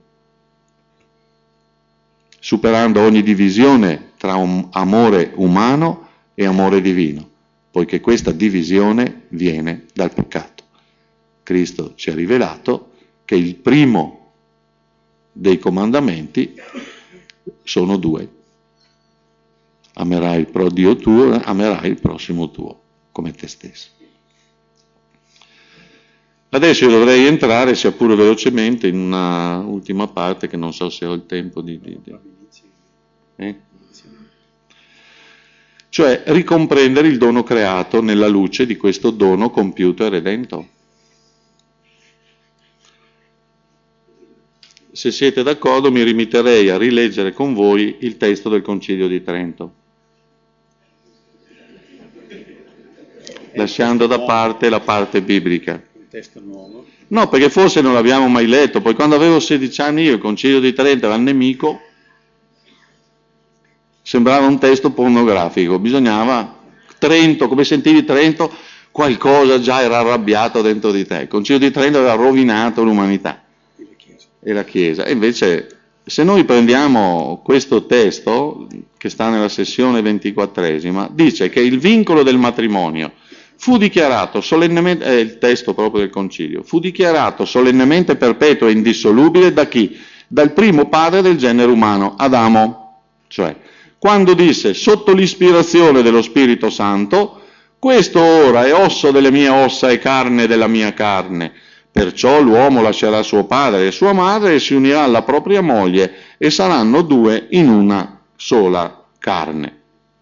superando ogni divisione tra amore umano e amore divino, poiché questa divisione viene dal peccato. Cristo ci ha rivelato che il primo dei comandamenti sono due. Amerai il Dio tuo, amerai il prossimo tuo, come te stesso. Adesso io dovrei entrare, sia pure velocemente, in una ultima parte che non so se ho il tempo di... Cioè ricomprendere il dono creato nella luce di questo dono compiuto e redento. Se siete d'accordo mi limiterei a rileggere con voi il testo del Concilio di Trento, lasciando da parte la parte biblica. Un testo nuovo? No, perché forse non l'abbiamo mai letto, poi quando avevo 16 anni io il Concilio di Trento era il nemico sembrava un testo pornografico, bisognava Trento, come sentivi Trento, qualcosa già era arrabbiato dentro di te. Il Concilio di Trento aveva rovinato l'umanità e la Chiesa. E invece, se noi prendiamo questo testo, che sta nella sessione 24esima, dice che il vincolo del matrimonio fu dichiarato solennemente, è il testo proprio del Concilio, fu dichiarato solennemente perpetuo e indissolubile da chi? Dal primo padre del genere umano, Adamo. Cioè, quando disse, sotto l'ispirazione dello Spirito Santo, questo ora è osso delle mie ossa e carne della mia carne. Perciò l'uomo lascerà suo padre e sua madre e si unirà alla propria moglie e saranno due in una sola carne.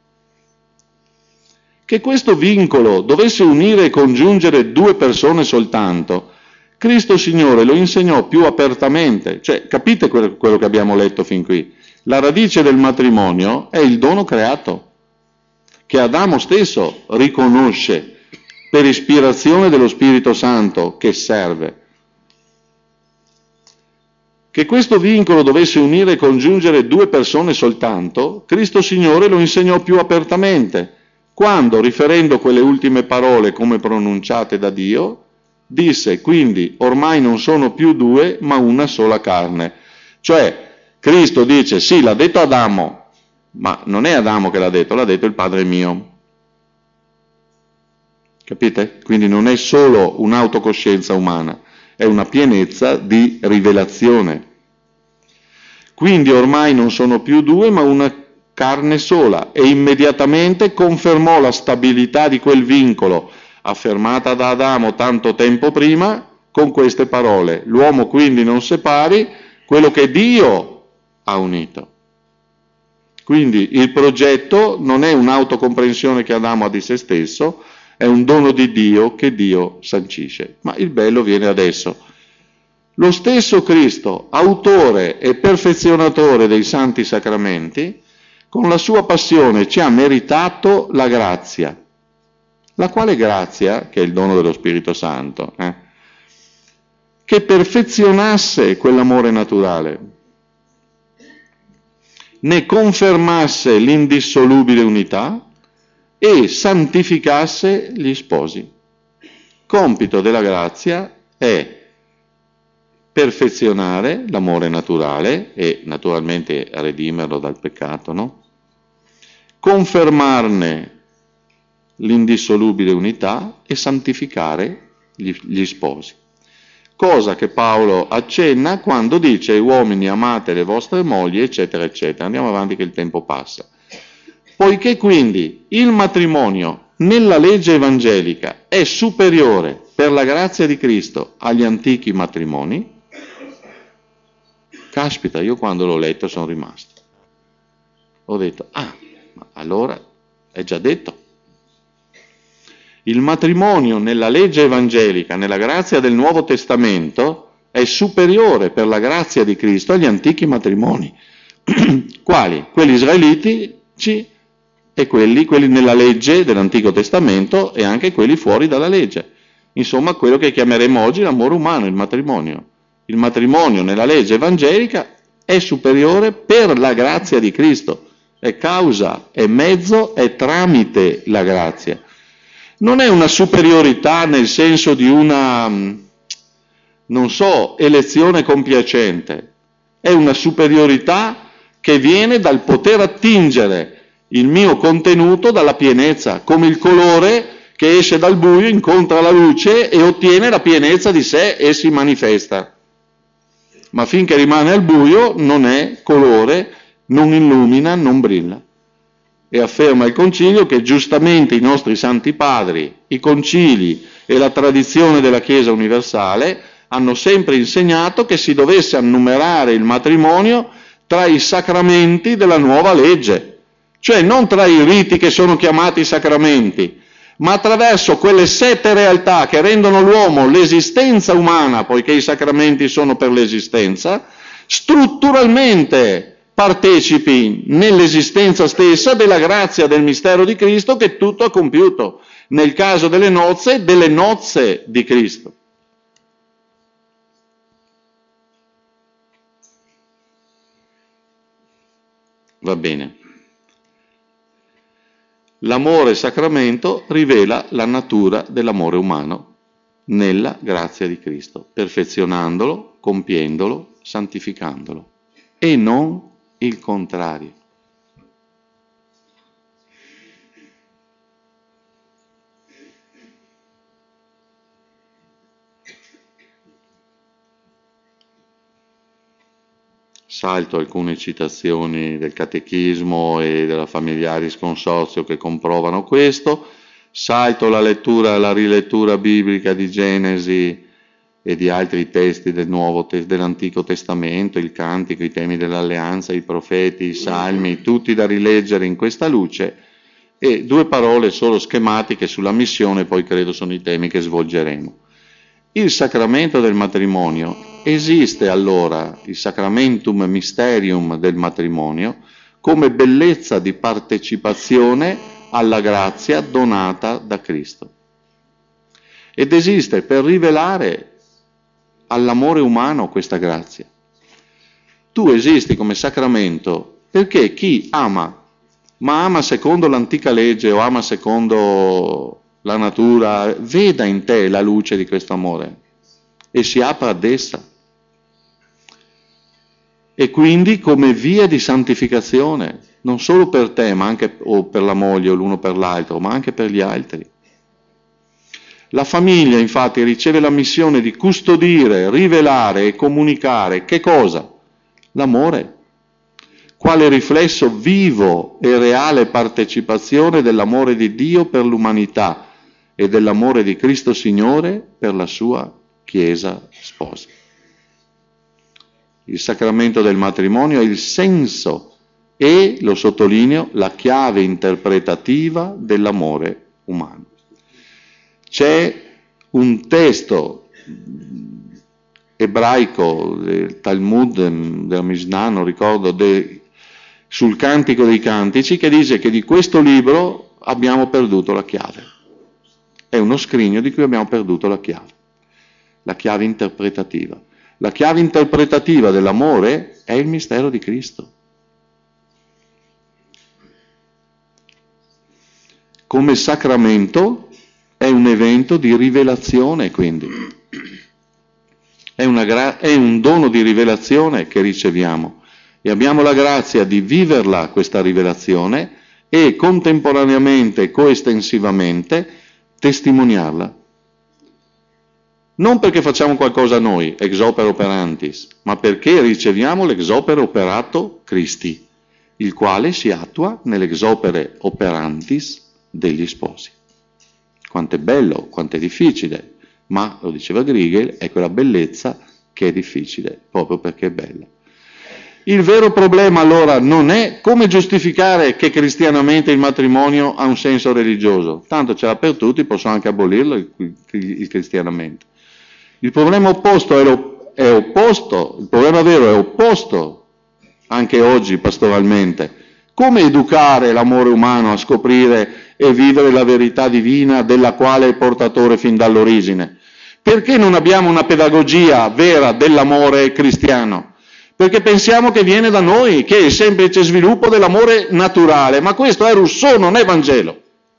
Che questo vincolo dovesse unire e congiungere due persone soltanto, Cristo Signore lo insegnò più apertamente. Cioè, capite quello che abbiamo letto fin qui? La radice del matrimonio è il dono creato, che Adamo stesso riconosce per ispirazione dello Spirito Santo che serve. Che questo vincolo dovesse unire e congiungere due persone soltanto, Cristo Signore lo insegnò più apertamente, quando, riferendo quelle ultime parole come pronunciate da Dio, disse, quindi ormai non sono più due, ma una sola carne. Cioè, Cristo dice, sì, l'ha detto Adamo, ma non è Adamo che l'ha detto il Padre mio. Capite? Quindi non è solo un'autocoscienza umana, è una pienezza di rivelazione. Quindi ormai non sono più due, ma una carne sola, e immediatamente confermò la stabilità di quel vincolo, affermata da Adamo tanto tempo prima, con queste parole. L'uomo quindi non separi quello che Dio ha unito. Quindi il progetto non è un'autocomprensione che Adamo ha di se stesso, è un dono di Dio che Dio sancisce. Ma il bello viene adesso. Lo stesso Cristo, autore e perfezionatore dei santi sacramenti, con la sua passione ci ha meritato la grazia. La quale grazia, che è il dono dello Spirito Santo, che perfezionasse quell'amore naturale, ne confermasse l'indissolubile unità e santificasse gli sposi. Compito della grazia è perfezionare l'amore naturale e naturalmente redimerlo dal peccato, no? Confermarne l'indissolubile unità e santificare gli sposi. Cosa che Paolo accenna quando dice uomini amate le vostre mogli, eccetera, eccetera. Andiamo avanti che il tempo passa. Poiché quindi il matrimonio nella legge evangelica è superiore per la grazia di Cristo agli antichi matrimoni, caspita, io quando l'ho letto sono rimasto. Ho detto, ma allora è già detto. Il matrimonio nella legge evangelica, nella grazia del Nuovo Testamento, è superiore per la grazia di Cristo agli antichi matrimoni. Quali? Quelli israelitici e quelli nella legge dell'Antico Testamento e anche quelli fuori dalla legge. Insomma, quello che chiameremo oggi l'amore umano, il matrimonio. Il matrimonio nella legge evangelica è superiore per la grazia di Cristo. È causa, è mezzo, è tramite la grazia. Non è una superiorità nel senso di una, elezione compiacente. È una superiorità che viene dal poter attingere il mio contenuto dalla pienezza, come il colore che esce dal buio incontra la luce e ottiene la pienezza di sé e si manifesta. Ma finché rimane al buio non è colore, non illumina, non brilla. E afferma il Concilio che giustamente i nostri santi padri, i concili e la tradizione della Chiesa universale hanno sempre insegnato che si dovesse annumerare il matrimonio tra i sacramenti della nuova legge, cioè non tra i riti che sono chiamati sacramenti, ma attraverso quelle 7 realtà che rendono l'uomo l'esistenza umana, poiché i sacramenti sono per l'esistenza, strutturalmente partecipi nell'esistenza stessa della grazia del mistero di Cristo che tutto ha compiuto, nel caso delle nozze di Cristo. Va bene. L'amore sacramento rivela la natura dell'amore umano nella grazia di Cristo, perfezionandolo, compiendolo, santificandolo, e non il contrario. Salto alcune citazioni del Catechismo e della Familiaris Consortio che comprovano questo, salto la lettura, la rilettura biblica di Genesi e di altri testi dell'Antico Testamento, il Cantico, i temi dell'Alleanza, i profeti, i Salmi, tutti da rileggere in questa luce, e 2 parole solo schematiche sulla missione, poi credo sono i temi che svolgeremo. Il sacramento del matrimonio. Esiste allora il sacramentum mysterium del matrimonio come bellezza di partecipazione alla grazia donata da Cristo. Ed esiste per rivelare all'amore umano questa grazia. Tu esisti come sacramento perché chi ama, ma ama secondo l'antica legge o ama secondo la natura, veda in te la luce di questo amore e si apra ad essa. E quindi come via di santificazione, non solo per te, ma anche o per la moglie o l'uno per l'altro, ma anche per gli altri. La famiglia, infatti, riceve la missione di custodire, rivelare e comunicare che cosa? L'amore, quale riflesso vivo e reale partecipazione dell'amore di Dio per l'umanità e dell'amore di Cristo Signore per la sua Chiesa sposa. Il sacramento del matrimonio è il senso e, lo sottolineo, la chiave interpretativa dell'amore umano. C'è un testo ebraico del Talmud, della Mishnah, non ricordo, sul Cantico dei Cantici, che dice che di questo libro abbiamo perduto la chiave. È uno scrigno di cui abbiamo perduto la chiave interpretativa. La chiave interpretativa dell'amore è il mistero di Cristo. Come sacramento è un evento di rivelazione, quindi. È un dono di rivelazione che riceviamo e abbiamo la grazia di viverla, questa rivelazione, e contemporaneamente, coestensivamente, testimoniarla. Non perché facciamo qualcosa noi, ex opere operantis, ma perché riceviamo l'ex opere operato Christi, il quale si attua nell'ex opere operantis degli sposi. Quanto è bello, quanto è difficile, ma, lo diceva Griegel, è quella bellezza che è difficile, proprio perché è bella. Il vero problema allora non è come giustificare che cristianamente il matrimonio ha un senso religioso, tanto ce l'ha per tutti, posso anche abolirlo il cristianamente. Il problema opposto è opposto, il problema vero è opposto anche oggi pastoralmente. Come educare l'amore umano a scoprire e vivere la verità divina della quale è portatore fin dall'origine? Perché non abbiamo una pedagogia vera dell'amore cristiano? Perché pensiamo che viene da noi, che è il semplice sviluppo dell'amore naturale, ma questo è Rousseau, non è Vangelo.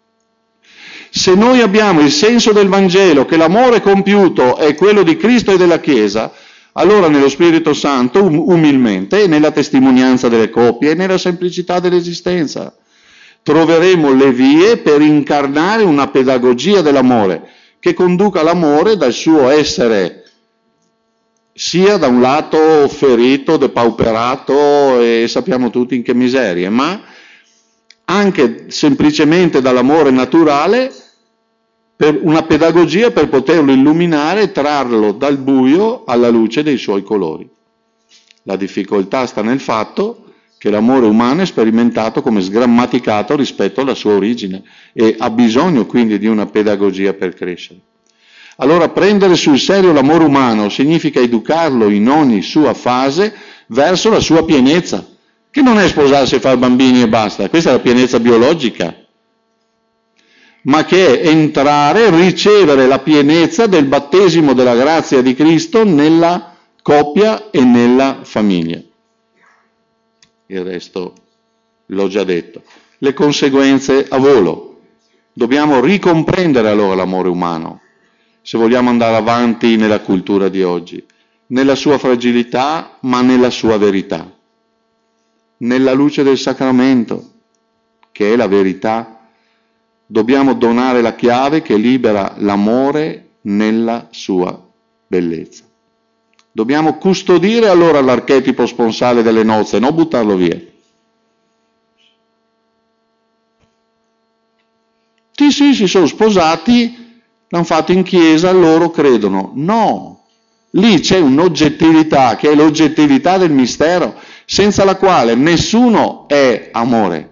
Se noi abbiamo il senso del Vangelo, che l'amore compiuto è quello di Cristo e della Chiesa, allora nello Spirito Santo, umilmente, nella testimonianza delle coppie e nella semplicità dell'esistenza, troveremo le vie per incarnare una pedagogia dell'amore, che conduca l'amore dal suo essere sia da un lato ferito, depauperato e sappiamo tutti in che miserie, ma anche semplicemente dall'amore naturale, per una pedagogia per poterlo illuminare e trarlo dal buio alla luce dei suoi colori. La difficoltà sta nel fatto che l'amore umano è sperimentato come sgrammaticato rispetto alla sua origine e ha bisogno quindi di una pedagogia per crescere. Allora prendere sul serio l'amore umano significa educarlo in ogni sua fase verso la sua pienezza, che non è sposarsi e fare bambini e basta, questa è la pienezza biologica, ma che è entrare, ricevere la pienezza del battesimo della grazia di Cristo nella coppia e nella famiglia. Il resto l'ho già detto. le conseguenze a volo. Dobbiamo ricomprendere allora l'amore umano, se vogliamo andare avanti nella cultura di oggi, nella sua fragilità, ma nella sua verità. Nella luce del sacramento, che è la verità, dobbiamo donare la chiave che libera l'amore nella sua bellezza. Dobbiamo custodire allora l'archetipo sponsale delle nozze, non buttarlo via. Sì, si sono sposati, l'hanno fatto in chiesa, loro credono. No, lì c'è un'oggettività che è l'oggettività del mistero, senza la quale nessuno è amore.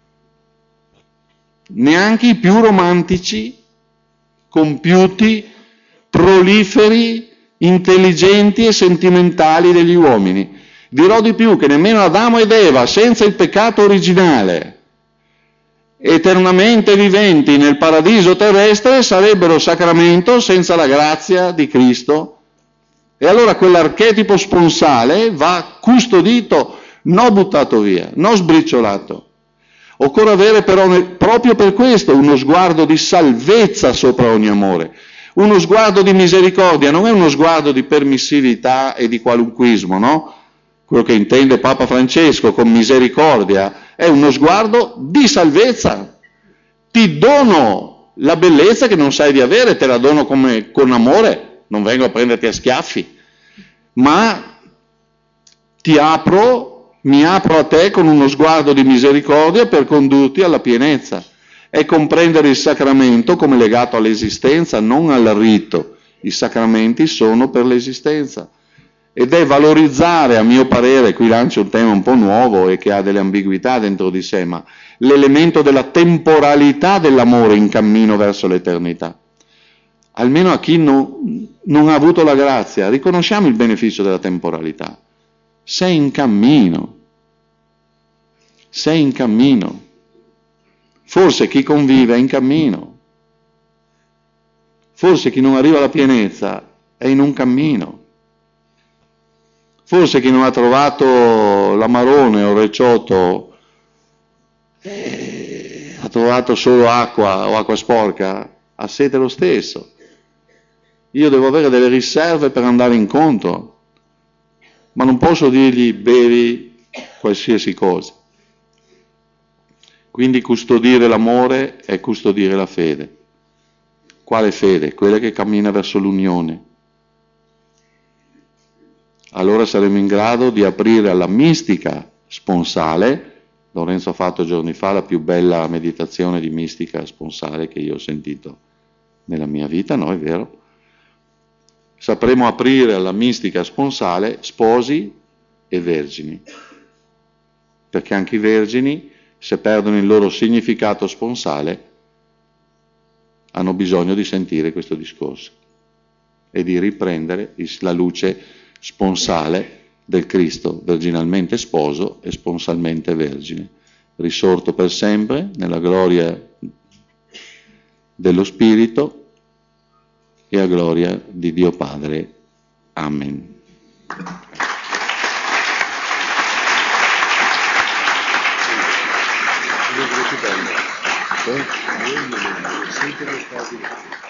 Neanche i più romantici, compiuti, proliferi, intelligenti e sentimentali degli uomini. Dirò di più, che nemmeno Adamo ed Eva, senza il peccato originale, eternamente viventi nel paradiso terrestre, sarebbero sacramento senza la grazia di Cristo. E allora quell'archetipo sponsale va custodito, non buttato via, non sbriciolato. Occorre avere però proprio per questo uno sguardo di salvezza sopra ogni amore. Uno sguardo di misericordia, non è uno sguardo di permissività e di qualunquismo, no? Quello che intende Papa Francesco con misericordia è uno sguardo di salvezza. Ti dono la bellezza che non sai di avere, te la dono con amore, non vengo a prenderti a schiaffi, ma mi apro a te con uno sguardo di misericordia per condurti alla pienezza. È comprendere il sacramento come legato all'esistenza, non al rito. I sacramenti sono per l'esistenza. Ed è valorizzare, a mio parere, qui lancio un tema un po' nuovo e che ha delle ambiguità dentro di sé, ma l'elemento della temporalità dell'amore in cammino verso l'eternità. Almeno a chi non ha avuto la grazia, riconosciamo il beneficio della temporalità. Sei in cammino. Forse chi convive è in cammino. Forse chi non arriva alla pienezza è in un cammino. Forse chi non ha trovato l'amarone o il recioto ha trovato solo acqua o acqua sporca, ha sete lo stesso. Io devo avere delle riserve per andare incontro, ma non posso dirgli bevi qualsiasi cosa. Quindi custodire l'amore è custodire la fede. Quale fede? Quella che cammina verso l'unione. Allora saremo in grado di aprire alla mistica sponsale. Lorenzo ha fatto giorni fa la più bella meditazione di mistica sponsale che io ho sentito nella mia vita, no, è vero? Sapremo aprire alla mistica sponsale sposi e vergini, perché anche i vergini, se perdono il loro significato sponsale, hanno bisogno di sentire questo discorso e di riprendere la luce sponsale del Cristo, virginalmente sposo e sponsalmente vergine, risorto per sempre nella gloria dello Spirito e a gloria di Dio Padre. Amen. Sempre